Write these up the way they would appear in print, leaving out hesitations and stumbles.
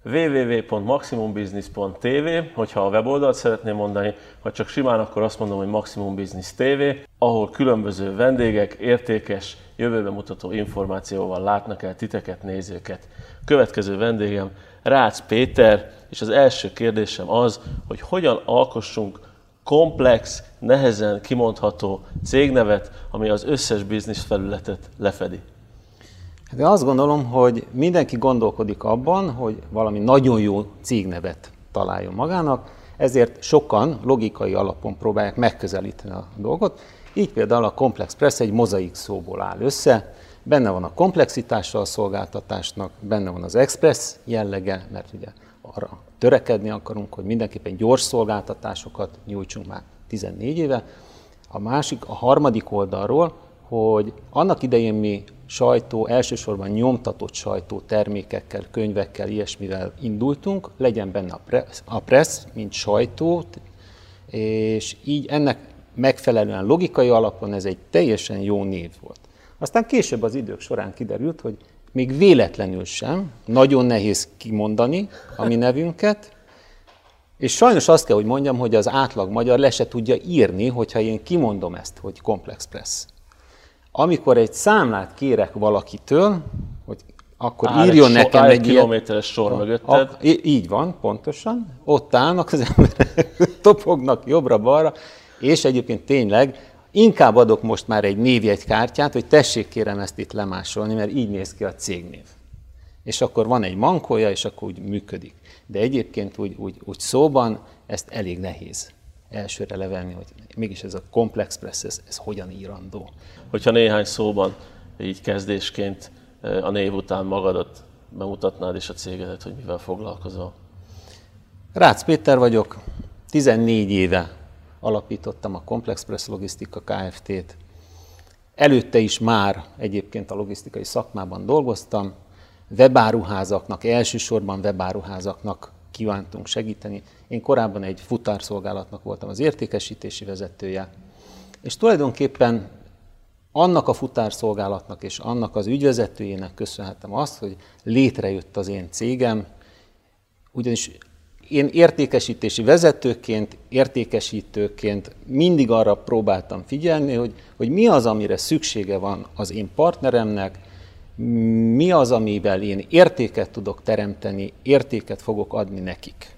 www.maximumbusiness.tv, hogyha a weboldalt szeretném mondani, ha csak simán, akkor azt mondom, hogy Maximum Business TV, ahol különböző vendégek értékes, jövőbe mutató információval látnak el titeket, nézőket. Következő vendégem Rácz Péter, és az első kérdésem az, hogy hogyan alkossunk komplex, nehezen kimondható cégnevet, ami az összes bizniszfelületet lefedi. De azt gondolom, hogy mindenki gondolkodik abban, hogy valami nagyon jó cégnevet találjon magának, ezért sokan logikai alapon próbálják megközelíteni a dolgot. Így például a Complex Press egy mozaik szóból áll össze, benne van a komplexitása a szolgáltatásnak, benne van az express jellege, mert ugye arra törekedni akarunk, hogy mindenképpen gyors szolgáltatásokat nyújtsunk már 14 éve. A harmadik oldalról, hogy annak idején mi elsősorban nyomtatott sajtó termékekkel, könyvekkel, ilyesmivel indultunk, legyen benne a press, mint sajtó, és így ennek megfelelően logikai alapon ez egy teljesen jó név volt. Aztán később az idők során kiderült, hogy még véletlenül sem, nagyon nehéz kimondani a mi nevünket, és sajnos azt kell, hogy mondjam, hogy az átlag magyar le se tudja írni, hogyha én kimondom ezt, hogy Complex Press. Amikor egy számlát kérek valakitől, hogy akkor írjon nekem egy kilométeres sor mögötted. Így van, pontosan. Ott állnak az emberek, topognak jobbra-balra, és egyébként tényleg inkább adok most már egy névjegykártyát, hogy tessék kérem ezt itt lemásolni, mert így néz ki a cégnév. És akkor van egy mankója, és akkor úgy működik. De egyébként úgy szóban ezt elég nehéz elsőre levenni, hogy mégis ez a Complex Press, ez hogyan írandó. Hogyha néhány szóban így kezdésként a név után magadat bemutatnád és a cégedet, hogy mivel foglalkozol. Rácz Péter vagyok, 14 éve alapítottam a Complex Press Logisztika Kft-t. Előtte is már egyébként a logisztikai szakmában dolgoztam, webáruházaknak, elsősorban webáruházaknak kívántunk segíteni. Én korábban egy futárszolgálatnak voltam az értékesítési vezetője, és tulajdonképpen annak a futárszolgálatnak és annak az ügyvezetőjének köszönhetem azt, hogy létrejött az én cégem, ugyanis én értékesítési vezetőként, értékesítőként mindig arra próbáltam figyelni, hogy mi az, amire szüksége van az én partneremnek, mi az, amivel én értéket tudok teremteni, értéket fogok adni nekik.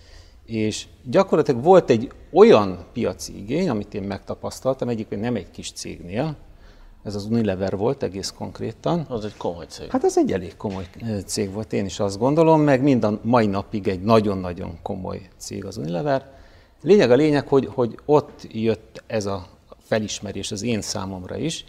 És gyakorlatilag volt egy olyan piaci igény, amit én megtapasztaltam, egyébként nem egy kis cégnél, ez az Unilever volt egész konkrétan. Az egy komoly cég. Hát ez egy elég komoly cég volt, én is azt gondolom, meg mind a mai napig egy nagyon-nagyon komoly cég az Unilever. A lényeg, hogy ott jött ez a felismerés az én számomra is.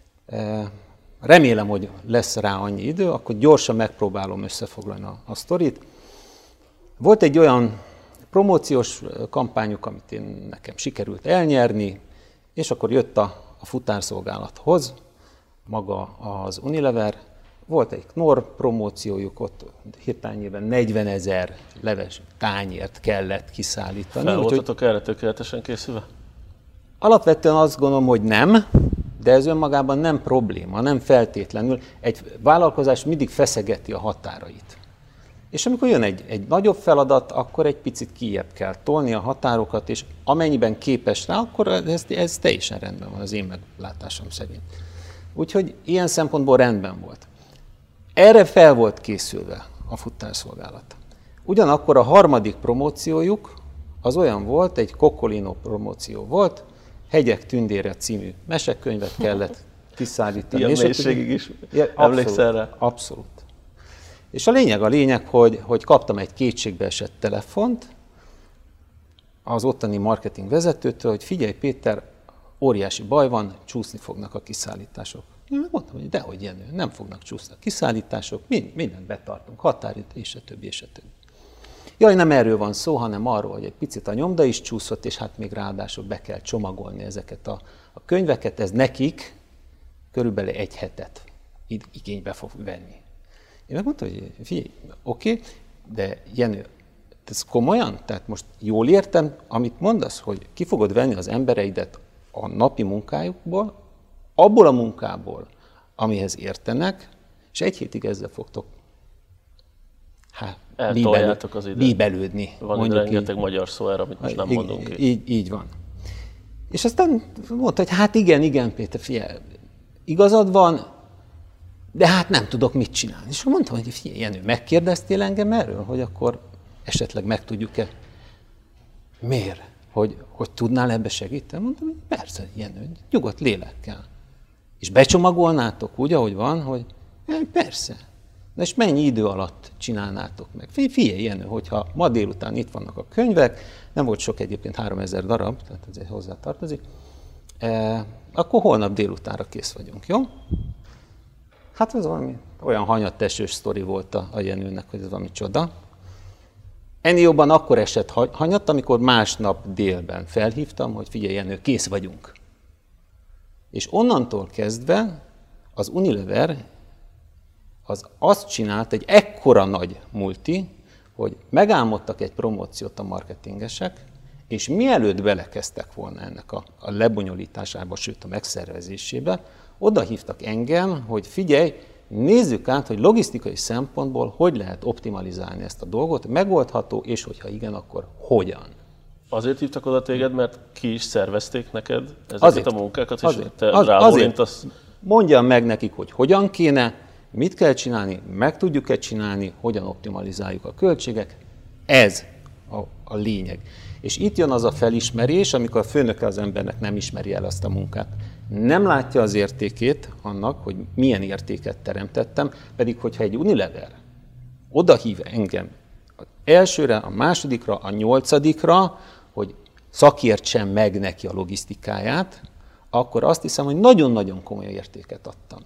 Remélem, hogy lesz rá annyi idő, akkor gyorsan megpróbálom összefoglalni a sztorit. Volt egy olyan promóciós kampányuk, amit nekem sikerült elnyerni, és akkor jött a futárszolgálathoz, maga az Unilever, volt egy Knorr promóciójuk, ott hirtelenjében 40 000 leves tányért kellett kiszállítani. Fel voltatok erre tökéletesen készülve? Alapvetően azt gondolom, hogy nem, de ez önmagában nem probléma, nem feltétlenül. Egy vállalkozás mindig feszegeti a határait. És amikor jön egy nagyobb feladat, akkor egy picit kijebb kell tolni a határokat, és amennyiben képes rá, akkor ez teljesen rendben van az én meglátásom szerint. Úgyhogy ilyen szempontból rendben volt. Erre fel volt készülve a futárszolgálat. Ugyanakkor a harmadik promóciójuk az olyan volt, egy Coccolino promóció volt, Hegyek tündére című mesekönyvet kellett kiszállítani. Ilyen mélységig is emlékszel rá? Abszolút. És a lényeg, hogy kaptam egy kétségbeesett telefont az ottani marketing vezetőtől, hogy figyelj Péter, óriási baj van, csúszni fognak a kiszállítások. Én megmondtam, hogy dehogy Jenő, nem fognak csúszni a kiszállítások, mindent betartunk, határidőt, és a többi, és a többi. Jaj, nem erről van szó, hanem arról, hogy egy picit a nyomda is csúszott, és hát még ráadásul be kell csomagolni ezeket a könyveket, ez nekik körülbelül egy hetet igénybe fog venni. Én megmondtam, hogy figyelj, oké, de Jenő, ez komolyan? Tehát most jól értem, amit mondasz, hogy ki fogod venni az embereidet a napi munkájukból, abból a munkából, amihez értenek, és egy hétig ezzel fogtok eltoljátok az időt. Bíbelődni. Van itt rengeteg magyar szó erre, amit most nem mondunk ki. Így van. És aztán mondta, hogy hát igen, Péter, figyelj, igazad van, de hát nem tudok mit csinálni. És mondtam, hogy figyelj, Jenő, megkérdeztél engem erről, hogy akkor esetleg meg tudjuk-e? Miért? Hogy tudnál ebbe segíteni? Mondtam, hogy persze, Jenő, nyugodt lélekkel. És becsomagolnátok úgy, ahogy van, hogy persze. De és mennyi idő alatt csinálnátok meg? Figyelj, Jenő, hogyha ma délután itt vannak a könyvek, nem volt sok egyébként, 3000 darab, tehát ez hozzá tartozik, akkor holnap délutánra kész vagyunk, jó? Hát ez valami olyan hanyattesős sztori volt a Jenőnek, hogy ez valami csoda. Ennél jobban akkor esett hanyatt, amikor másnap délben felhívtam, hogy figyelj, Jenő, kész vagyunk. És onnantól kezdve az Unilever az azt csinált, egy ekkora nagy multi, hogy megálmodtak egy promóciót a marketingesek, és mielőtt belekezdtek volna ennek a lebonyolításába, sőt a megszervezésébe, oda hívtak engem, hogy figyelj, nézzük át, hogy logisztikai szempontból hogy lehet optimalizálni ezt a dolgot, megoldható, és hogyha igen, akkor hogyan. Azért hívtak oda téged, mert ki is szervezték neked ezeket a munkákat, és te rábólintasz. Mondjam meg nekik, hogy hogyan kéne, mit kell csinálni, meg tudjuk-e csinálni, hogyan optimalizáljuk a költségek. Ez a lényeg. És itt jön az a felismerés, amikor a főnöke az embernek nem ismeri el azt a munkát. Nem látja az értékét annak, hogy milyen értéket teremtettem, pedig hogyha egy Unilever odahív engem az elsőre, a másodikra, a 8-dikra, hogy szakértsem meg neki a logisztikáját, akkor azt hiszem, hogy nagyon-nagyon komoly értéket adtam.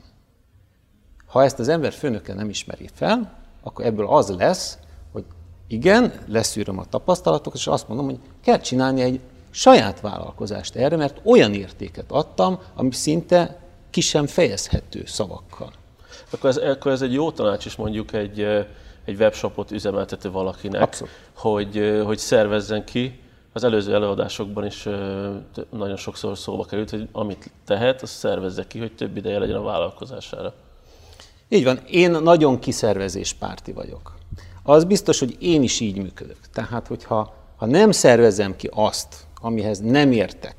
Ha ezt az ember főnöke nem ismeri fel, akkor ebből az lesz, hogy igen, leszűröm a tapasztalatokat, és azt mondom, hogy kell csinálni egy saját vállalkozást erre, mert olyan értéket adtam, ami szinte ki sem fejezhető szavakkal. Akkor ez egy jó tanács is mondjuk egy webshopot üzemeltető valakinek, hogy szervezzen ki. Az előző előadásokban is nagyon sokszor szóba került, hogy amit tehet, azt szervezze ki, hogy több ideje legyen a vállalkozására. Így van, én nagyon kiszervezéspárti vagyok. Az biztos, hogy én is így működök. Tehát, hogyha nem szervezem ki azt, amihez nem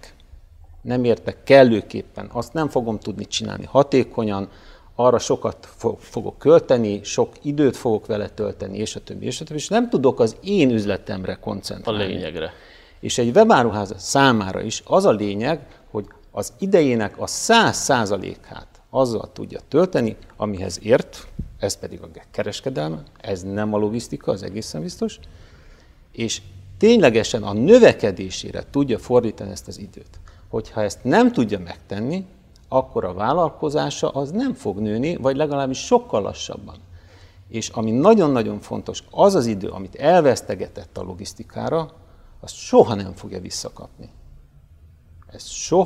értek kellőképpen, azt nem fogom tudni csinálni hatékonyan, arra sokat fogok költeni, sok időt fogok vele tölteni, és a többi, és nem tudok az én üzletemre koncentrálni. A lényegre. És egy webáruház számára is az a lényeg, hogy az idejének a 100%-át azzal tudja tölteni, amihez ért, ez pedig a kereskedelme, ez nem a logisztika, az egészen biztos, és ténylegesen a növekedésére tudja fordítani ezt az időt. Hogyha ezt nem tudja megtenni, akkor a vállalkozása az nem fog nőni, vagy legalábbis sokkal lassabban. És ami nagyon-nagyon fontos, az az idő, amit elvesztegetett a logisztikára, azt soha nem fogja visszakapni. Ezt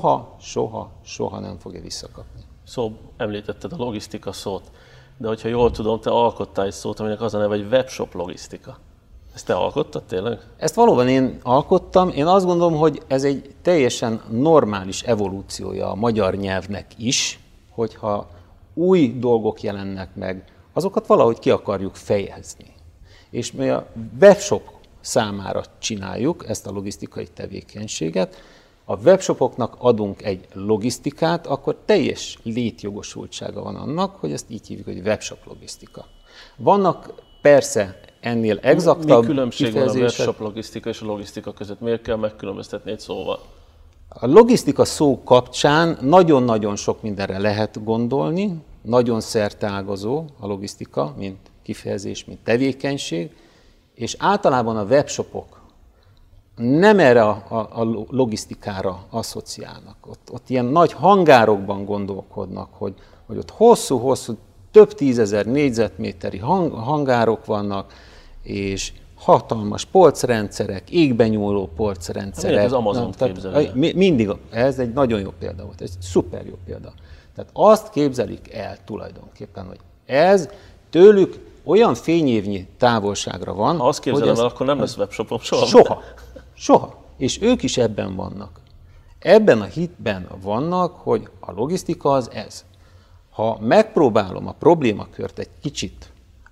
soha nem fogja visszakapni. Szóval említetted a logisztika szót, de hogyha jól tudom, te alkottál egy szót, aminek az a neve, hogy webshop logisztika. Ezt te alkottad tényleg? Ezt valóban én alkottam. Én azt gondolom, hogy ez egy teljesen normális evolúciója a magyar nyelvnek is, hogyha új dolgok jelennek meg, azokat valahogy ki akarjuk fejezni. És mi a webshop számára csináljuk ezt a logisztikai tevékenységet, a webshopoknak adunk egy logisztikát, akkor teljes létjogosultsága van annak, hogy ezt így hívjuk, hogy webshop logisztika. Vannak persze ennél exaktabb Mi különbség van a webshop logisztika és a logisztika között? Miért kell megkülönböztetni egy szóval? A logisztika szó kapcsán nagyon-nagyon sok mindenre lehet gondolni, nagyon szerteágazó a logisztika, mint kifejezés, mint tevékenység, és általában a webshopok nem erre a logisztikára asszociálnak. Ott ilyen nagy hangárokban gondolkodnak, hogy ott hosszú, több tízezer négyzetméteri hangárok vannak, és hatalmas polcrendszerek, égben nyúló polcrendszerek. Ez Amazon képzelő. Mindig, ez egy nagyon jó példa volt, ez egy szuper jó példa. Tehát azt képzelik el tulajdonképpen, hogy ez tőlük olyan fényévnyi távolságra van. Ha azt képzelem el, akkor nem lesz webshopom Soha. És ők is ebben vannak. Ebben a hitben vannak, hogy a logisztika az ez. Ha megpróbálom a problémakört egy kicsit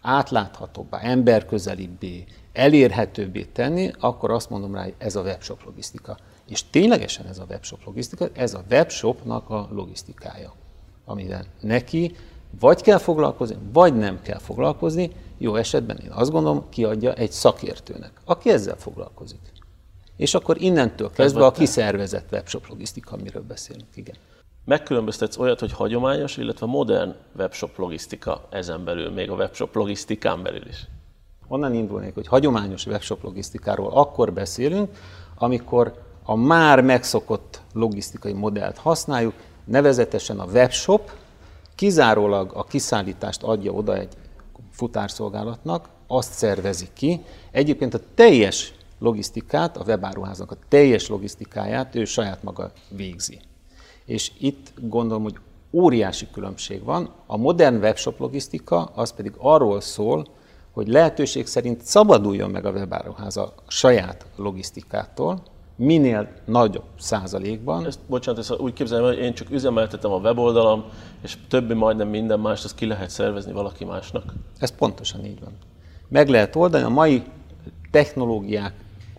átláthatóbbá, emberközelibbé, elérhetőbbé tenni, akkor azt mondom rá, hogy ez a webshop logisztika. És ténylegesen ez a webshop logisztika, ez a webshopnak a logisztikája, amivel neki vagy kell foglalkozni, vagy nem kell foglalkozni. Jó esetben én azt gondolom, kiadja egy szakértőnek, aki ezzel foglalkozik. És akkor innentől kezdve a kiszervezett webshop logisztika, amiről beszélünk, igen. Megkülönböztetsz olyat, hogy hagyományos, illetve modern webshop logisztika ezen belül, még a webshop logisztikán belül is. Onnan indulnék, hogy hagyományos webshop logisztikáról akkor beszélünk, amikor a már megszokott logisztikai modellt használjuk, nevezetesen a webshop kizárólag a kiszállítást adja oda egy futárszolgálatnak, azt szervezi ki. Egyébként a teljes logisztikát, a webáruháznak a teljes logisztikáját ő saját maga végzi. És itt gondolom, hogy óriási különbség van. A modern webshop logisztika az pedig arról szól, hogy lehetőség szerint szabaduljon meg a webáruház a saját logisztikától, minél nagyobb százalékban. Bocsánat, ezt úgy képzelem, hogy én csak üzemeltetem a weboldalam, és többi majdnem minden mást, azt ki lehet szervezni valaki másnak. Ez pontosan így van. Meg lehet oldani, a mai technológiák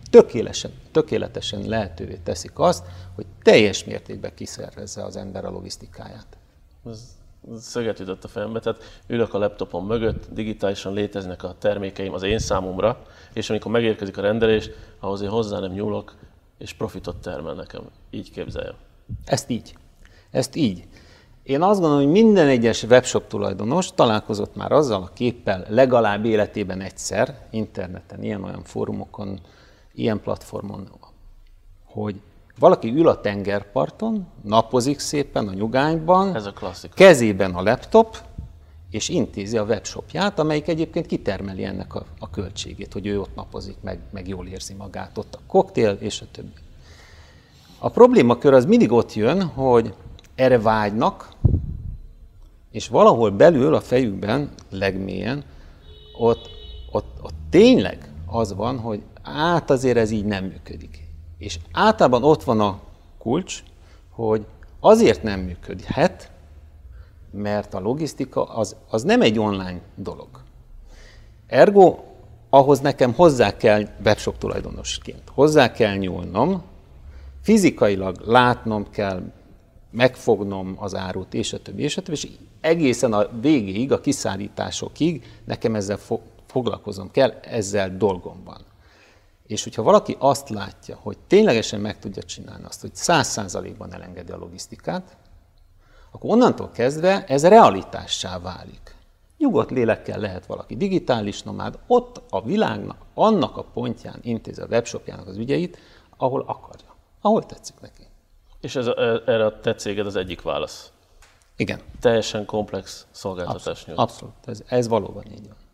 tökéletesen lehetővé teszik azt, hogy teljes mértékben kiszervezze az ember a logisztikáját. Ez szöget ütött a fejembe, tehát ülök a laptopom mögött, digitálisan léteznek a termékeim az én számomra, és amikor megérkezik a rendelés, ahhoz én hozzá nem nyúlok, és profitot termel nekem. Így képzeljem. Ezt így. Én azt gondolom, hogy minden egyes webshop tulajdonos találkozott már azzal a képpel legalább életében egyszer, interneten, ilyen-olyan fórumokon, ilyen platformon, hogy valaki ül a tengerparton, napozik szépen a nyugányban, ez a klasszikus. Kezében a laptop, és intézi a webshopját, amelyik egyébként kitermeli ennek a költségét, hogy ő ott napozik, meg jól érzi magát, ott a koktél, és a többi. A problémakör az mindig ott jön, hogy erre vágynak, és valahol belül a fejükben, legmélyen, ott tényleg az van, hogy azért ez így nem működik. És általában ott van a kulcs, hogy azért nem működhet, mert a logisztika az nem egy online dolog. Ergo, ahhoz nekem hozzá kell, webshop tulajdonosként, hozzá kell nyúlnom, fizikailag látnom kell, megfognom az árut, és a többi, és egészen a végéig, a kiszállításokig nekem ezzel foglalkoznom kell, ezzel dolgom van. És hogyha valaki azt látja, hogy ténylegesen meg tudja csinálni azt, hogy 100%-ban elengedi a logisztikát, akkor onnantól kezdve ez realitássá válik. Nyugodt lélekkel lehet valaki digitális nomád, ott a világnak, annak a pontján intézi a webshopjának az ügyeit, ahol akarja, ahol tetszik neki. És erre a te céged az egyik válasz. Igen. Teljesen komplex szolgáltatás nyújt. Abszolút. Ez valóban így van.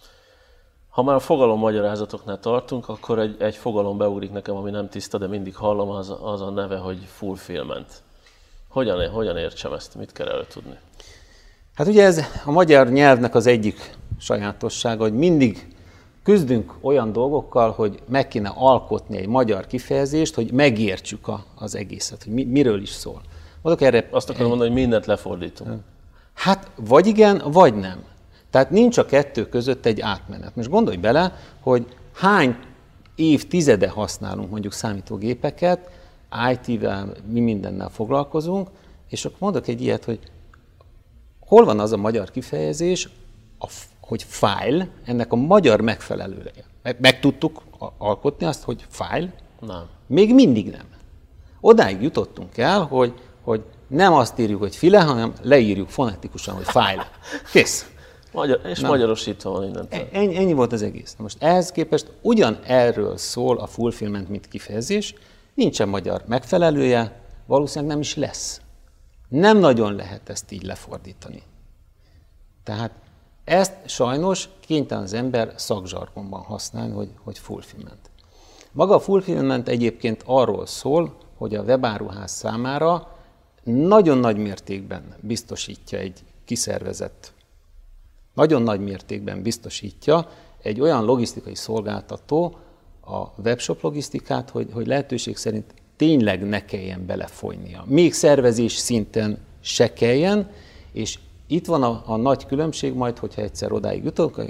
Ha már a fogalommagyarázatoknál tartunk, akkor egy fogalom beugrik nekem, ami nem tiszta, de mindig hallom, az a neve, hogy fulfillment. Hogyan értsem ezt? Mit kell erről tudni? Hát ugye ez a magyar nyelvnek az egyik sajátossága, hogy mindig küzdünk olyan dolgokkal, hogy meg kéne alkotni egy magyar kifejezést, hogy megértsük az egészet, hogy miről is szól. Azt akarom mondani, hogy mindent lefordítunk. Hát vagy igen, vagy nem. Tehát nincs a kettő között egy átmenet. Most gondolj bele, hogy hány évtizede használunk mondjuk számítógépeket, IT-vel, mi mindennel foglalkozunk, és akkor mondok egy ilyet, hogy hol van az a magyar kifejezés, hogy file, ennek a magyar megfelelője. Meg tudtuk alkotni azt, hogy file? Nem. Még mindig nem. Odáig jutottunk el, hogy nem azt írjuk, hogy file, hanem leírjuk fonetikusan, hogy file. Kész. Magyarosítva van mindent. Ennyi volt az egész. Na most ehhez képest ugyanerről szól a fulfillment, mint kifejezés, nincsen magyar megfelelője, valószínűleg nem is lesz. Nem nagyon lehet ezt így lefordítani. Tehát ezt sajnos kénytelen az ember szakzsargonban használni, hogy fulfillment. Maga a fulfillment egyébként arról szól, hogy a webáruház számára nagyon nagy mértékben biztosítja egy kiszervezett, nagyon nagy mértékben biztosítja egy olyan logisztikai szolgáltató a webshop logisztikát, hogy lehetőség szerint tényleg ne kelljen belefolynia. Még szervezés szinten se kelljen, és itt van a nagy különbség majd, hogyha egyszer odáig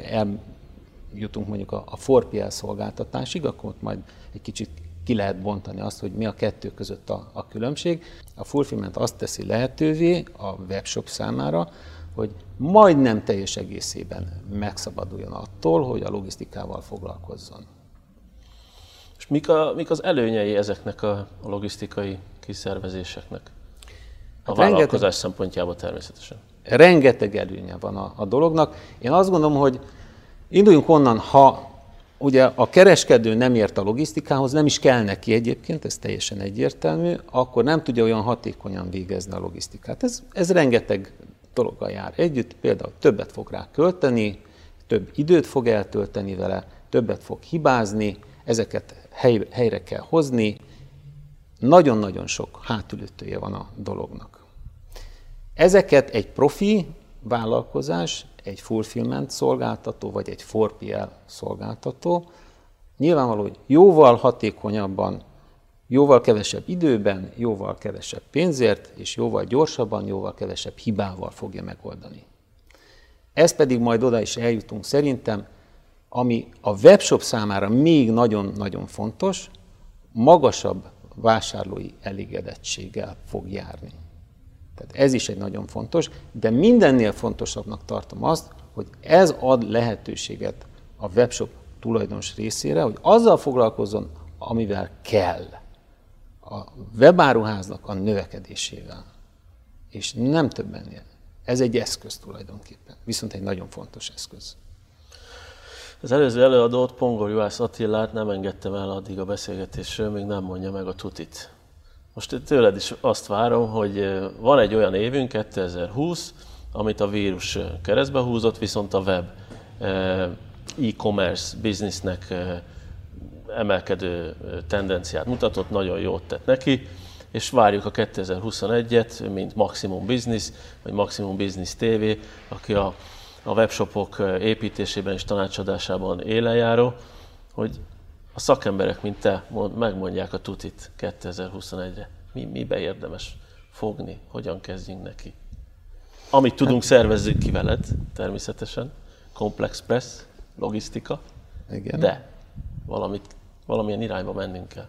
jutunk mondjuk a 4PL szolgáltatásig, akkor majd egy kicsit ki lehet bontani azt, hogy mi a kettő között a különbség. A fulfillment azt teszi lehetővé a webshop számára, hogy majdnem teljes egészében megszabaduljon attól, hogy a logisztikával foglalkozzon. És mik az előnyei ezeknek a logisztikai kiszervezéseknek? A vállalkozás szempontjából természetesen. Rengeteg előnye van a dolognak. Én azt gondolom, hogy induljunk onnan, ha ugye a kereskedő nem ért a logisztikához, nem is kell neki egyébként, ez teljesen egyértelmű, akkor nem tudja olyan hatékonyan végezni a logisztikát. Ez rengeteg dologgal jár együtt, például többet fog rá költeni, több időt fog eltölteni vele, többet fog hibázni, ezeket helyre kell hozni. Nagyon-nagyon sok hátulütője van a dolognak. Ezeket egy profi vállalkozás, egy fulfillment szolgáltató, vagy egy 4PL szolgáltató nyilvánvaló, hogy jóval hatékonyabban, jóval kevesebb időben, jóval kevesebb pénzért, és jóval gyorsabban, jóval kevesebb hibával fogja megoldani. Ez pedig majd oda is eljutunk szerintem, ami a webshop számára még nagyon-nagyon fontos, magasabb vásárlói elégedettséggel fog járni. Tehát ez is egy nagyon fontos, de mindennél fontosabbnak tartom azt, hogy ez ad lehetőséget a webshop tulajdonos részére, hogy azzal foglalkozzon, amivel kell. A webáruháznak a növekedésével. És nem több ennél. Ez egy eszköz tulajdonképpen, viszont egy nagyon fontos eszköz. Az előző előadót, Pongor Juhász Attilát nem engedtem el addig a beszélgetésről, még nem mondja meg a tutit. Most tőled is azt várom, hogy van egy olyan évünk, 2020, amit a vírus keresztbe húzott, viszont a web e-commerce businessnek emelkedő tendenciát mutatott, nagyon jót tett neki, és várjuk a 2021-et, mint Maximum Business, vagy Maximum Business TV, aki a webshopok építésében és tanácsadásában élenjáró, hogy a szakemberek, mint te, megmondják a tutit 2021-re. Mibe érdemes fogni, hogyan kezdjünk neki. Amit tudunk, szervezzük ki veled, természetesen. Complex Press, logisztika, igen. De valamilyen irányba mennünk kell.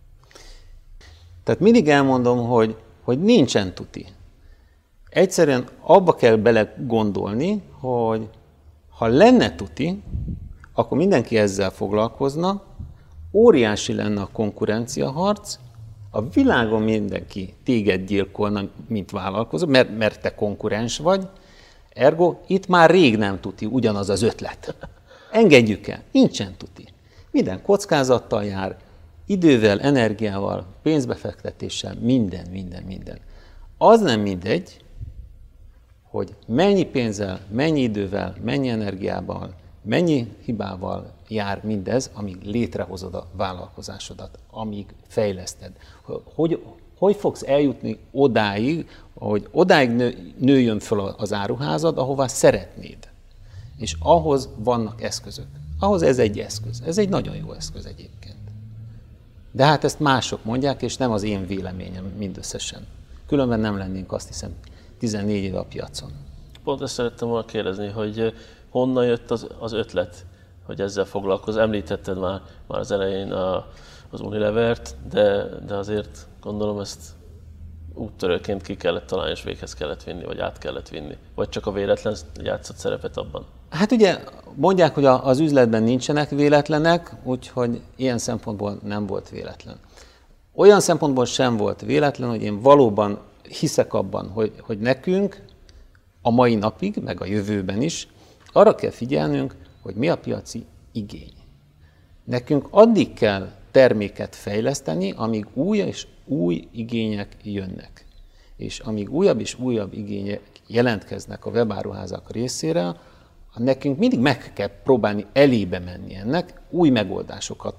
Tehát mindig elmondom, hogy nincsen tuti. Egyszerűen abba kell bele gondolni, hogy ha lenne tuti, akkor mindenki ezzel foglalkozna, óriási lenne a konkurenciaharc, a világon mindenki téged gyilkolna, mint vállalkozó, mert te konkurens vagy, ergo itt már rég nem tuti ugyanaz az ötlet. Engedjük el, nincsen tuti. Minden kockázattal jár, idővel, energiával, pénzbefektetéssel, minden. Az nem mindegy, hogy mennyi pénzzel, mennyi idővel, mennyi energiával, mennyi hibával jár mindez, amíg létrehozod a vállalkozásodat, amíg fejleszted. Hogy fogsz eljutni odáig, hogy odáig nőjön föl az áruházad, ahová szeretnéd. És ahhoz vannak eszközök. Ahhoz ez egy eszköz. Ez egy nagyon jó eszköz egyébként. De hát ezt mások mondják, és nem az én véleményem mindösszesen. Különben nem lennénk, azt hiszem, 14 éve a piacon. Pont ezt szerettem volna kérdezni, hogy honnan jött az ötlet, hogy ezzel foglalkozz. Említetted már az elején az Unilevert, de azért gondolom ezt úttörőként ki kellett találni, és véghez kellett vinni, vagy át kellett vinni. Vagy csak a véletlen játszott szerepet abban? Hát ugye mondják, hogy az üzletben nincsenek véletlenek, úgyhogy ilyen szempontból nem volt véletlen. Olyan szempontból sem volt véletlen, hogy én valóban hiszek abban, hogy nekünk a mai napig, meg a jövőben is arra kell figyelnünk, hogy mi a piaci igény. Nekünk addig kell terméket fejleszteni, amíg új és új igények jönnek. És amíg újabb és újabb igények jelentkeznek a webáruházak részére, nekünk mindig meg kell próbálni elébe menni ennek, új megoldásokat.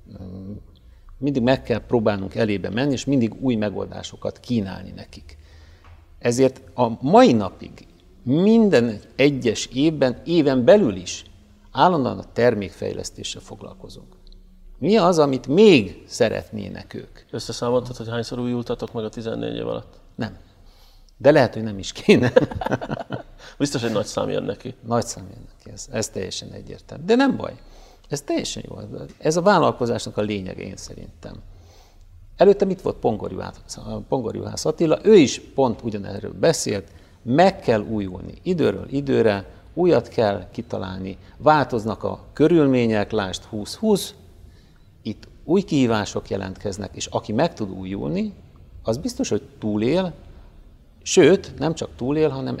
Mindig meg kell próbálnunk elébe menni, és mindig új megoldásokat kínálni nekik. Ezért a mai napig minden egyes évben, éven belül is állandóan a termékfejlesztéssel foglalkozunk. Mi az, amit még szeretnének ők? Összeszámoltad, hogy hányszor újultatok meg a 14 év alatt? Nem. De lehet, hogy nem is kéne. Biztos, hogy nagy szám jön neki. Nagy szám jön neki, ez teljesen egyértelmű. De nem baj, ez teljesen jó. Ez a vállalkozásnak a lényege, én szerintem. Előttem itt volt Pongorjuhász Attila, ő is pont ugyanerről beszélt, meg kell újulni időről időre, újat kell kitalálni, változnak a körülmények, lásd 2020, itt új kihívások jelentkeznek, és aki meg tud újulni, az biztos, hogy túlél, sőt, nem csak túlél, hanem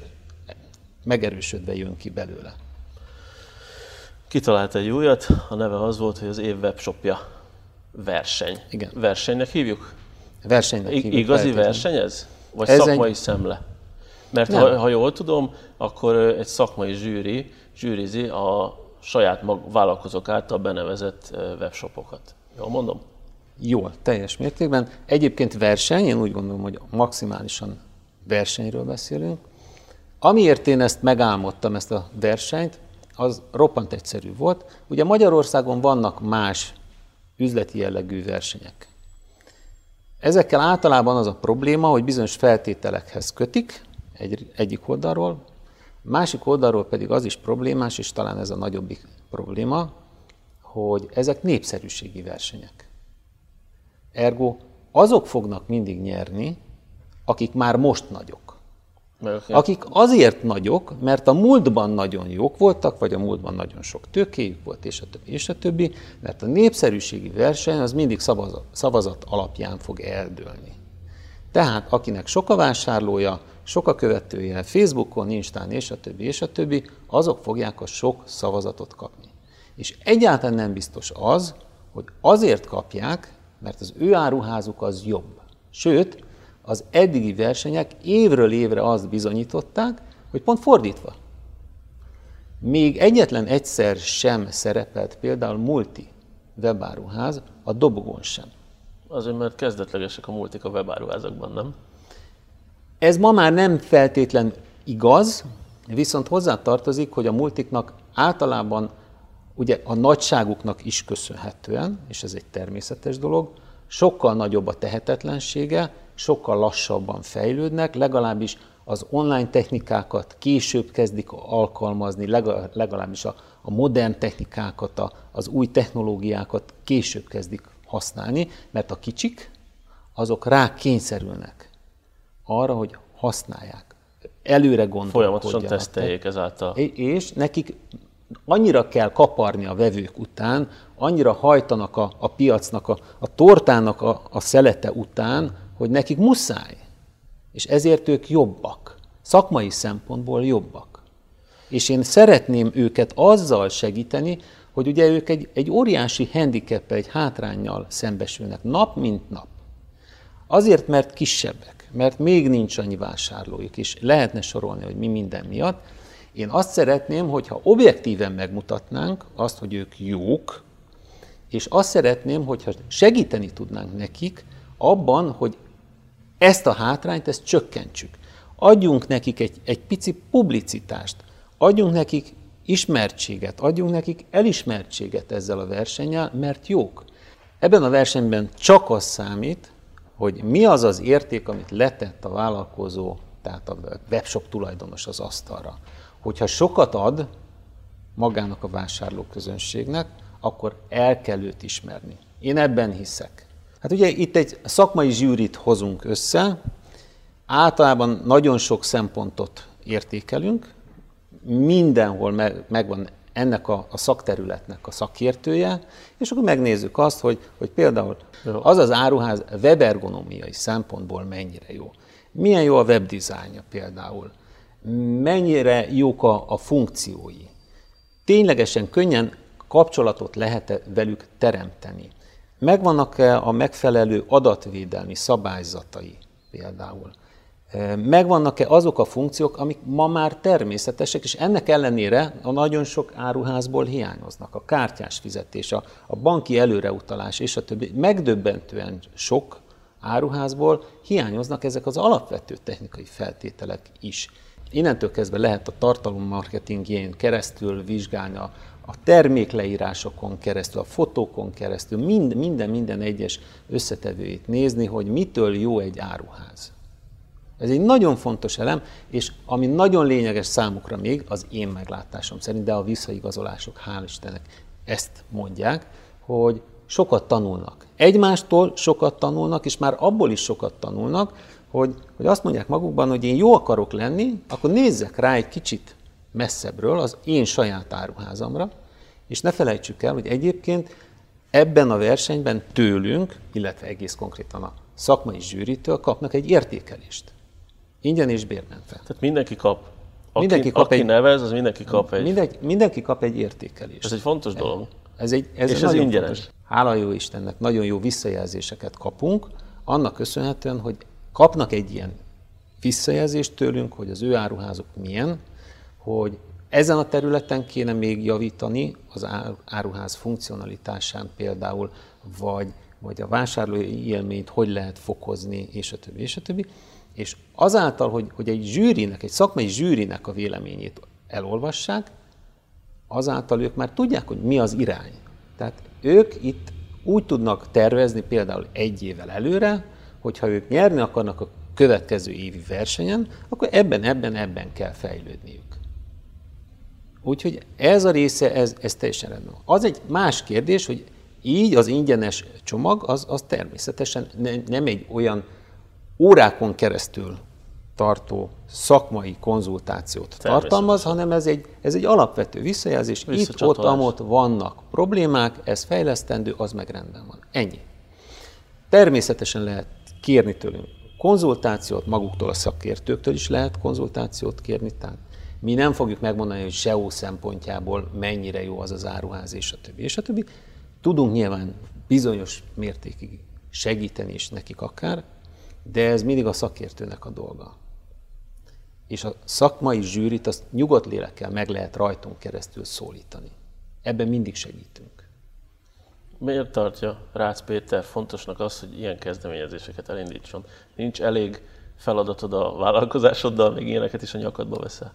megerősödve jön ki belőle. Kitalált egy újat, a neve az volt, hogy az év webshopja verseny. Igen. Versenynek hívjuk? Versenynek hívjuk. Igazi verseny ez? Vagy ez szakmai szemle? Mert ha jól tudom, akkor egy szakmai zsűrizi a saját vállalkozók által benevezett webshopokat. Jól mondom? Jól, teljes mértékben. Egyébként verseny, én úgy gondolom, hogy maximálisan versenyről beszélünk. Amiért én ezt megálmodtam, ezt a versenyt, az roppant egyszerű volt. Ugye Magyarországon vannak más üzleti jellegű versenyek. Ezekkel általában az a probléma, hogy bizonyos feltételekhez kötik egyik oldalról, másik oldalról pedig az is problémás, és talán ez a nagyobbik probléma, hogy ezek népszerűségi versenyek. Ergo azok fognak mindig nyerni, akik már most nagyok. Akik azért nagyok, mert a múltban nagyon jók voltak, vagy a múltban nagyon sok tőkéjük volt, és a többi, mert a népszerűségi verseny az mindig szavazat alapján fog eldőlni. Tehát akinek sok a vásárlója, sok a követője, Facebookon, Instán, és a többi, azok fogják a sok szavazatot kapni. És egyáltalán nem biztos az, hogy azért kapják, mert az ő áruházuk az jobb. Sőt, az eddigi versenyek évről évre azt bizonyították, hogy pont fordítva. Még egyetlen egyszer sem szerepelt például multi webáruház a dobogón sem. Azért, mert kezdetlegesek a multik a webáruházakban, nem? Ez ma már nem feltétlen igaz, viszont hozzátartozik, hogy a multiknak általában ugye a nagyságuknak is köszönhetően, és ez egy természetes dolog, sokkal nagyobb a tehetetlensége, sokkal lassabban fejlődnek, legalábbis az online technikákat később kezdik alkalmazni, legalábbis a modern technikákat, az új technológiákat később kezdik használni, mert a kicsik, azok rá kényszerülnek arra, hogy használják. Előre gondolkodjanak. Folyamatosan teszteljék ezáltal. És nekik annyira kell kaparni a vevők után, annyira hajtanak a piacnak, a tortának a szelete után, hogy nekik muszáj. És ezért ők jobbak. Szakmai szempontból jobbak. És én szeretném őket azzal segíteni, hogy ugye ők egy óriási handicappel, egy hátránnyal szembesülnek nap mint nap. Azért, mert kisebbek, mert még nincs annyi vásárlójuk, és lehetne sorolni, hogy mi minden miatt. Én azt szeretném, hogyha objektíven megmutatnánk azt, hogy ők jók, és azt szeretném, hogyha segíteni tudnánk nekik abban, hogy ezt a hátrányt, ezt csökkentsük. Adjunk nekik egy pici publicitást, adjunk nekik ismertséget, adjunk nekik elismertséget ezzel a versennyel, mert jók. Ebben a versenyben csak az számít, hogy mi az az érték, amit letett a vállalkozó, tehát a webshop tulajdonos az asztalra. Hogyha sokat ad magának a vásárlóközönségnek, akkor el kell őt ismerni. Én ebben hiszek. Hát ugye itt egy szakmai zsűrit hozunk össze, általában nagyon sok szempontot értékelünk, mindenhol megvan ennek a szakterületnek a szakértője, és akkor megnézzük azt, hogy például az áruház webergonómiai szempontból mennyire jó. Milyen jó a webdesignja például, mennyire jók a funkciói. Ténylegesen könnyen kapcsolatot lehet velük teremteni. Megvannak-e a megfelelő adatvédelmi szabályzatai például? Megvannak-e azok a funkciók, amik ma már természetesek, és ennek ellenére a nagyon sok áruházból hiányoznak. A kártyás fizetés, a banki előreutalás és a többi. Megdöbbentően sok áruházból hiányoznak ezek az alapvető technikai feltételek is. Innentől kezdve lehet a tartalommarketingjén keresztül vizsgálni a termékleírásokon keresztül, a fotókon keresztül, minden egyes összetevőjét nézni, hogy mitől jó egy áruház. Ez egy nagyon fontos elem, és ami nagyon lényeges számukra még, az én meglátásom szerint, de a visszaigazolások, hál' Istennek ezt mondják, hogy sokat tanulnak. Egymástól sokat tanulnak, és már abból is sokat tanulnak, hogy azt mondják magukban, hogy én jó akarok lenni, akkor nézzek rá egy kicsit messzebbről az én saját áruházamra, és ne felejtsük el, hogy egyébként ebben a versenyben tőlünk, illetve egész konkrétan a szakmai zsűritől kapnak egy értékelést. Ingyen és bérmentve. Tehát mindenki kap. Aki nevez, az mindenki kap egy... Mindenki kap egy értékelést. Ez egy fontos dolog. Ez ingyenes. Fontos. Hála jó Istennek, nagyon jó visszajelzéseket kapunk, annak köszönhetően, hogy kapnak egy ilyen visszajelzést tőlünk, hogy az ő áruházuk milyen, hogy ezen a területen kéne még javítani az áruház funkcionalitásán például, vagy a vásárlói élményt hogy lehet fokozni, és a többi, és a többi. És azáltal, hogy egy zsűrinek, egy szakmai zsűrinek a véleményét elolvassák, azáltal ők már tudják, hogy mi az irány. Tehát ők itt úgy tudnak tervezni például egy évvel előre, hogyha ők nyerni akarnak a következő évi versenyen, akkor ebben kell fejlődniük. Úgyhogy ez a része, ez teljesen rendben van. Az egy más kérdés, hogy így az ingyenes csomag, az természetesen nem egy olyan órákon keresztül tartó szakmai konzultációt tartalmaz, hanem ez egy alapvető visszajelzés. Itt-ott vannak problémák, ez fejlesztendő, az meg rendben van. Ennyi. Természetesen lehet kérni tőlünk konzultációt, maguktól a szakértőktől is lehet konzultációt kérni, tehát mi nem fogjuk megmondani, hogy SEO szempontjából mennyire jó az az áruház, és a többi, és a többi. Tudunk nyilván bizonyos mértékig segíteni is nekik akár, de ez mindig a szakértőnek a dolga. És a szakmai zsűrit azt nyugodt lélekkel meg lehet rajtunk keresztül szólítani. Ebben mindig segítünk. Miért tartja Rácz Péter fontosnak az, hogy ilyen kezdeményezéseket elindítson? Nincs elég feladatod a vállalkozásoddal, még ilyeneket is a nyakadba veszel?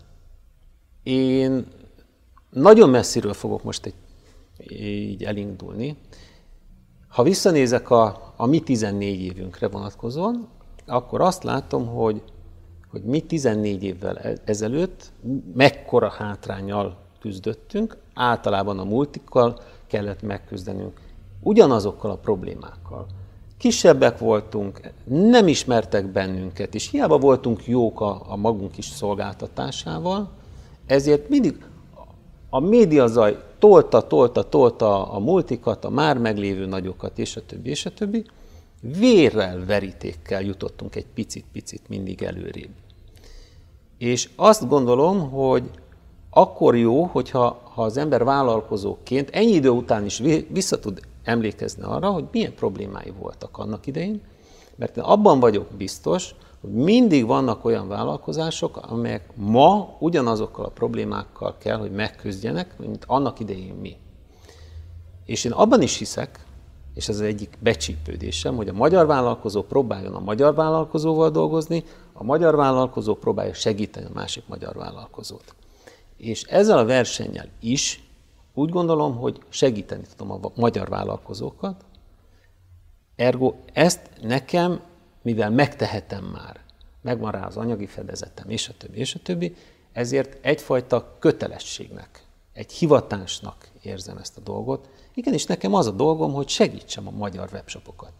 Én nagyon messziről fogok most így elindulni. Ha visszanézek a mi 14 évünkre vonatkozóan, akkor azt látom, hogy mi 14 évvel ezelőtt mekkora hátránnyal küzdöttünk, általában a multikkal kellett megküzdenünk, ugyanazokkal a problémákkal. Kisebbek voltunk, nem ismertek bennünket, és hiába voltunk jók a magunk is szolgáltatásával, ezért mindig a médiazaj tolta a multikat, a már meglévő nagyokat, és a többi, és a többi. Vérrel, verítékkel jutottunk egy picit mindig előrébb. És azt gondolom, hogy akkor jó, hogyha az ember vállalkozóként ennyi idő után is vissza tud emlékezni arra, hogy milyen problémái voltak annak idején, mert én abban vagyok biztos, hogy mindig vannak olyan vállalkozások, amelyek ma ugyanazokkal a problémákkal kell, hogy megküzdjenek, mint annak idején mi. És én abban is hiszek, és ez az egyik becsípődésem, hogy a magyar vállalkozó próbáljon a magyar vállalkozóval dolgozni, a magyar vállalkozó próbálja segíteni a másik magyar vállalkozót. És ezzel a versennyel is úgy gondolom, hogy segíteni tudom a magyar vállalkozókat, ergo ezt nekem, mivel megtehetem már, megvan rá az anyagi fedezetem, és a többi, ezért egyfajta kötelességnek, egy hivatásnak érzem ezt a dolgot. Igenis, nekem az a dolgom, hogy segítsem a magyar webshopokat.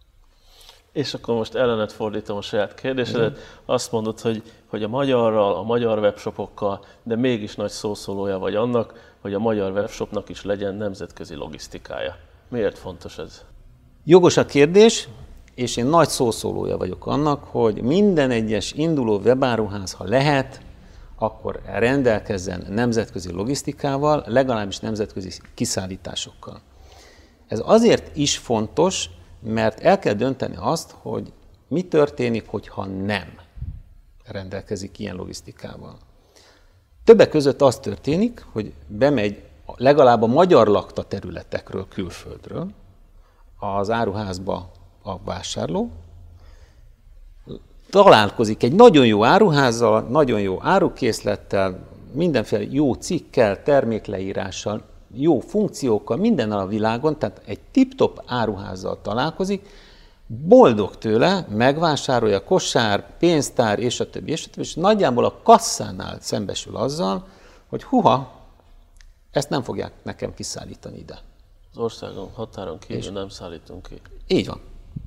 És akkor most ellened fordítom a saját kérdésedet. Azt mondod, hogy a magyarral, a magyar webshopokkal, de mégis nagy szószólója vagy annak, hogy a magyar webshopnak is legyen nemzetközi logisztikája. Miért fontos ez? Jogos a kérdés, és én nagy szószólója vagyok annak, hogy minden egyes induló webáruház, ha lehet, akkor rendelkezzen nemzetközi logisztikával, legalábbis nemzetközi kiszállításokkal. Ez azért is fontos, mert el kell dönteni azt, hogy mi történik, hogyha nem rendelkezik ilyen logisztikával. Többek között az történik, hogy bemegy legalább a magyar lakta területekről, külföldről az áruházba a vásárló, találkozik egy nagyon jó áruházzal, nagyon jó árukészlettel, mindenféle jó cikkkel, termékleírással, jó funkciókkal, mindennel a világon, tehát egy tip-top áruházzal találkozik, boldog tőle, megvásárolja kosár, pénztár, és a többi, és nagyjából a kasszánál szembesül azzal, hogy huha, ezt nem fogják nekem kiszállítani ide. Az országon határon kívül nem szállítunk ki. Így van.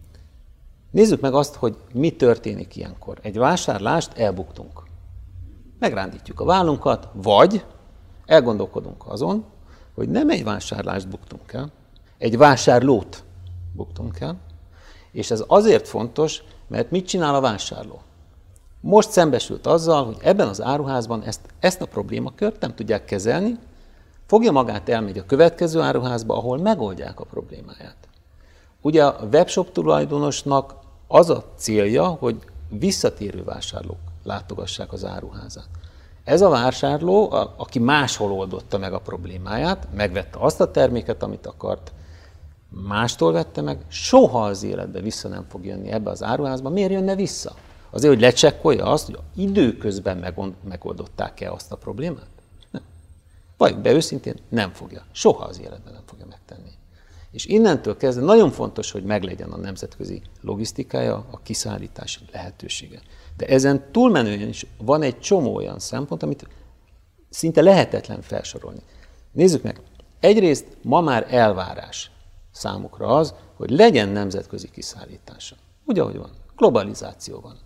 Nézzük meg azt, hogy mi történik ilyenkor. Egy vásárlást elbuktunk. Megrándítjuk a vállunkat, vagy elgondolkodunk azon, hogy nem egy vásárlást buktunk el, egy vásárlót buktunk el, és ez azért fontos, mert mit csinál a vásárló? Most szembesült azzal, hogy ebben az áruházban ezt a problémakört nem tudják kezelni, fogja magát, elmegy a következő áruházba, ahol megoldják a problémáját. Ugye a webshop tulajdonosnak az a célja, hogy visszatérő vásárlók látogassák az áruházát. Ez a vásárló, aki máshol oldotta meg a problémáját, megvette azt a terméket, amit akart, mástól vette meg, soha az életben vissza nem fog jönni ebbe az áruházba. Miért jönne vissza? Azért, hogy lecsekkolja azt, hogy időközben megoldották-e azt a problémát? Nem. Valljuk be őszintén, nem fogja. Soha az életben nem fogja megtenni. És innentől kezdve nagyon fontos, hogy meglegyen a nemzetközi logisztikája, a kiszállítási lehetősége. De ezen túlmenően is van egy csomó olyan szempont, amit szinte lehetetlen felsorolni. Nézzük meg, egyrészt ma már elvárás számukra az, hogy legyen nemzetközi kiszállítása. Úgy, ahogy van. Globalizáció van.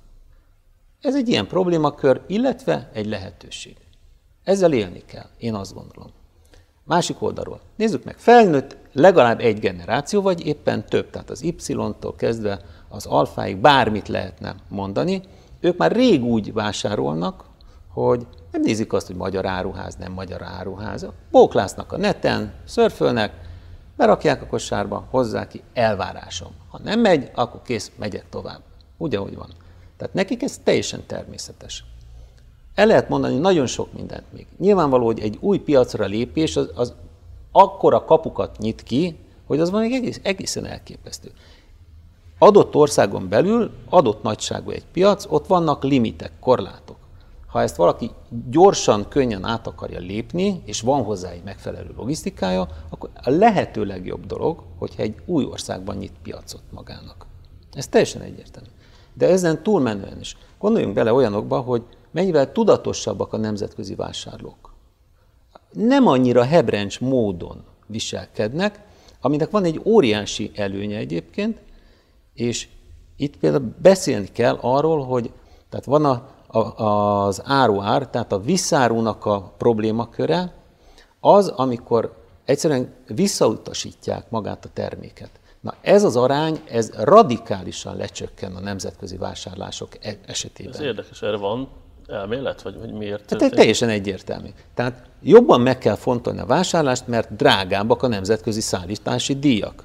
Ez egy ilyen problémakör, illetve egy lehetőség. Ezzel élni kell, én azt gondolom. Másik oldalról. Nézzük meg, felnőtt legalább egy generáció, vagy éppen több, tehát az Y-tól kezdve az alfáig bármit lehetne mondani, ők már rég úgy vásárolnak, hogy nem nézik azt, hogy magyar áruház, nem magyar áruház. Bóklásznak a neten, szörfölnek, berakják a kosárba, hozzák ki, elvárásom. Ha nem megy, akkor kész, megyek tovább. Úgy, ahogy van. Tehát nekik ez teljesen természetes. El lehet mondani nagyon sok mindent még. Nyilvánvaló, hogy egy új piacra lépés az akkora kapukat nyit ki, hogy az van még egészen elképesztő. Adott országon belül, adott nagyságú egy piac, ott vannak limitek, korlátok. Ha ezt valaki gyorsan, könnyen át akarja lépni, és van hozzá egy megfelelő logisztikája, akkor a lehető legjobb dolog, hogyha egy új országban nyit piacot magának. Ez teljesen egyértelmű. De ezen túlmenően is. Gondoljunk bele olyanokba, hogy mennyivel tudatosabbak a nemzetközi vásárlók. Nem annyira hebrencs módon viselkednek, aminek van egy óriási előnye egyébként, és itt például beszélni kell arról, hogy tehát van az áruár, tehát a visszárúnak a problémaköre, az, amikor egyszerűen visszautasítják magát a terméket. Na ez az arány, ez radikálisan lecsökken a nemzetközi vásárlások esetében. Ez érdekes, erre van elmélet, vagy miért? Tehát teljesen egyértelmű. Tehát jobban meg kell fontolni a vásárlást, mert drágábbak a nemzetközi szállítási díjak.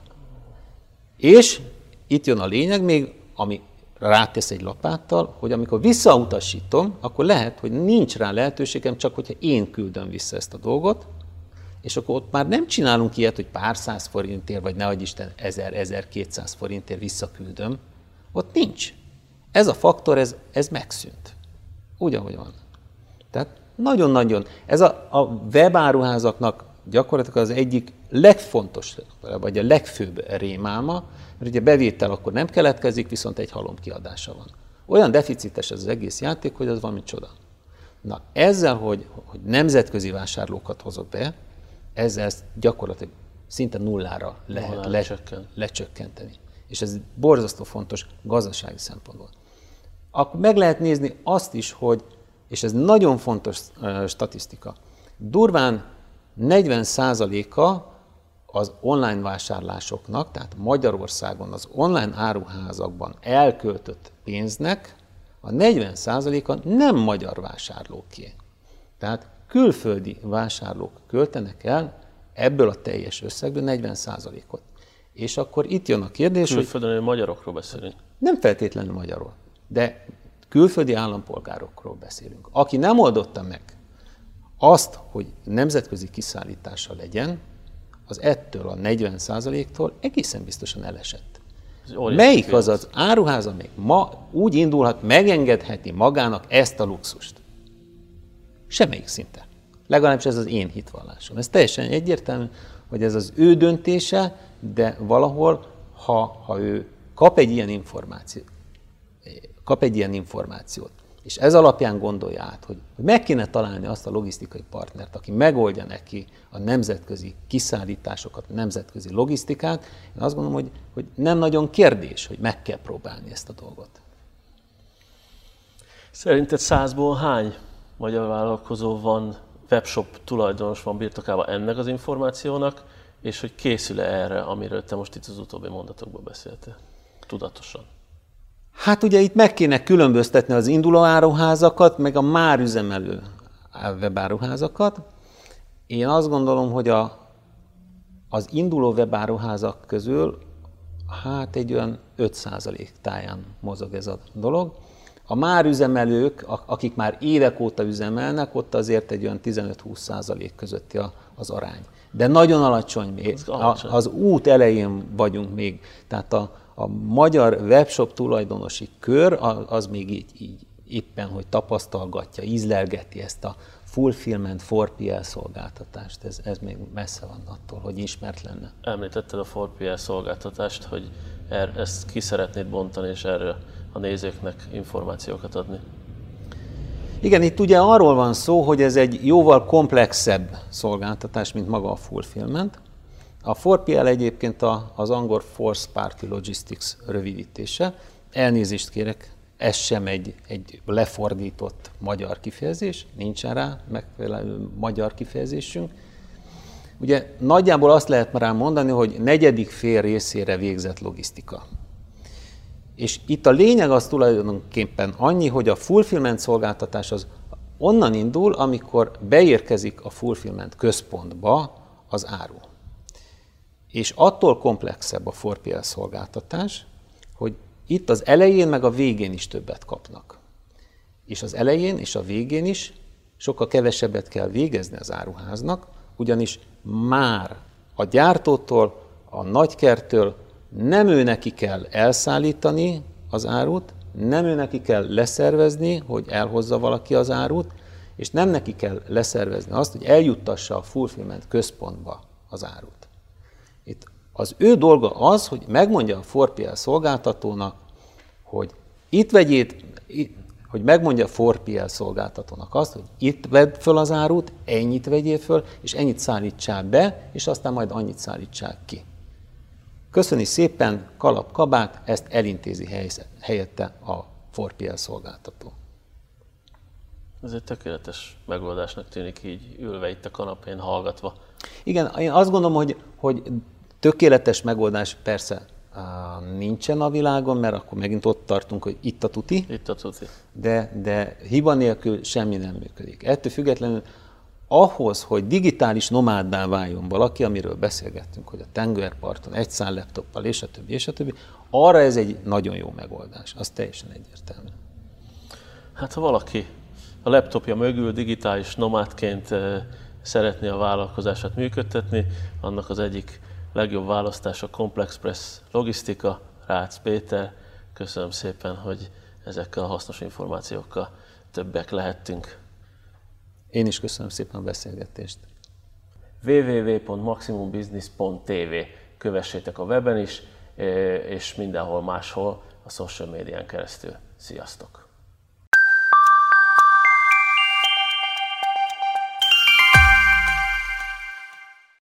És itt jön a lényeg még, ami rátesz egy lapáttal, hogy amikor visszautasítom, akkor lehet, hogy nincs rá lehetőségem, csak hogyha én küldöm vissza ezt a dolgot, és akkor ott már nem csinálunk ilyet, hogy pár száz forintért, vagy nehogy Isten 1000-1200 forintért visszaküldöm. Ott nincs. Ez a faktor, ez megszűnt. Úgy, ahogy van. Tehát nagyon-nagyon. Ez a webáruházaknak gyakorlatilag az egyik legfontosabb, vagy a legfőbb rémálma, mert ugye bevétel akkor nem keletkezik, viszont egy halom kiadása van. Olyan deficites ez az egész játék, hogy az valami csoda. Na ezzel, hogy nemzetközi vásárlókat hozok be, ezzel ezt gyakorlatilag szinte nullára lehet lecsökkenteni. És ez borzasztó fontos gazdasági szempontból. Akkor meg lehet nézni azt is, hogy, és ez nagyon fontos statisztika, durván 40%-a az online vásárlásoknak, tehát Magyarországon az online áruházakban elköltött pénznek a 40%-a nem magyar vásárlóké. Tehát külföldi vásárlók költenek el ebből a teljes összegből 40%-ot. És akkor itt jön a kérdés, külföldön magyarokról beszélünk. Nem feltétlenül magyarról, de külföldi állampolgárokról beszélünk. Aki nem oldotta meg azt, hogy nemzetközi kiszállítása legyen, az ettől a 40%-tól egészen biztosan elesett. Melyik az az áruház, amelyik ma úgy indulhat, megengedheti magának ezt a luxust? Semmelyik szinte. Legalábbis ez az én hitvallásom. Ez teljesen egyértelmű, hogy ez az ő döntése, de valahol, ha ő kap egy ilyen információt, és ez alapján gondolja át, hogy meg kéne találni azt a logisztikai partnert, aki megoldja neki a nemzetközi kiszállításokat, a nemzetközi logisztikát. Én azt gondolom, hogy nem nagyon kérdés, hogy meg kell próbálni ezt a dolgot. Szerinted 100-ból hány magyar vállalkozó van, webshop tulajdonos van birtokában ennek az információnak, és hogy készül-e erre, amiről te most itt az utóbbi mondatokban beszéltél? Tudatosan. Hát ugye itt meg kéne különböztetni az induló áruházakat, meg a már üzemelő webáruházakat. Én azt gondolom, hogy az induló webáruházak közül hát egy olyan 5% táján mozog ez a dolog. A már üzemelők, akik már évek óta üzemelnek, ott azért egy olyan 15-20% közötti az arány. De nagyon alacsony még. Az út elején vagyunk még. Tehát a magyar webshop tulajdonosi kör az még így éppen, hogy tapasztalgatja, ízlelgeti ezt a fulfillment 4PL szolgáltatást. Ez még messze van attól, hogy ismert lenne. Említetted a 4PL szolgáltatást, hogy ezt ki szeretnéd bontani, és erről a nézőknek információkat adni. Igen, itt ugye arról van szó, hogy ez egy jóval komplexebb szolgáltatás, mint maga a fulfillment. A 4PL egyébként az angol First Party Logistics rövidítése. Elnézést kérek, ez sem egy lefordított magyar kifejezés, nincsen rá megfelelő magyar kifejezésünk. Ugye nagyjából azt lehet rá mondani, hogy negyedik fél részére végzett logisztika. És itt a lényeg az tulajdonképpen annyi, hogy a fulfillment szolgáltatás az onnan indul, amikor beérkezik a fulfillment központba az áru. És attól komplexebb a 4PL szolgáltatás, hogy itt az elején meg a végén is többet kapnak. És az elején és a végén is sokkal kevesebbet kell végezni az áruháznak, ugyanis már a gyártótól, a nagykertől nem ő neki kell elszállítani az árut, nem ő neki kell leszervezni, hogy elhozza valaki az árut, és nem neki kell leszervezni azt, hogy eljuttassa a fulfillment központba az árut. Itt az ő dolga az, hogy megmondja a 4PL szolgáltatónak, hogy megmondja a 4PL szolgáltatónak azt, hogy itt vedd föl az árut, ennyit vegyél föl, és ennyit szállítsál be, és aztán majd annyit szállítsál ki. Köszöni szépen, kalap, kabát, ezt elintézi helyette a 4PL szolgáltató. Ez egy tökéletes megoldásnak tűnik így ülve itt a kanapén hallgatva. Igen, én azt gondolom, hogy tökéletes megoldás persze nincsen a világon, mert akkor megint ott tartunk, hogy itt a tuti. Itt a tuti. De hiba nélkül semmi nem működik. Ettől függetlenül ahhoz, hogy digitális nomáddá váljon valaki, amiről beszélgettünk, hogy a tengerparton egy szál laptoppal, és a többi, arra ez egy nagyon jó megoldás. Az teljesen egyértelmű. Hát ha valaki a laptopja mögül digitális nomádként szeretné a vállalkozását működtetni, annak az egyik legjobb választás a Complexpress Logisztika. Rácz Péter, köszönöm szépen, hogy ezekkel a hasznos információkkal többek lehettünk. Én is köszönöm szépen a beszélgetést. www.maximumbusiness.tv kövessétek a weben is, és mindenhol máshol a social médián keresztül. Sziasztok!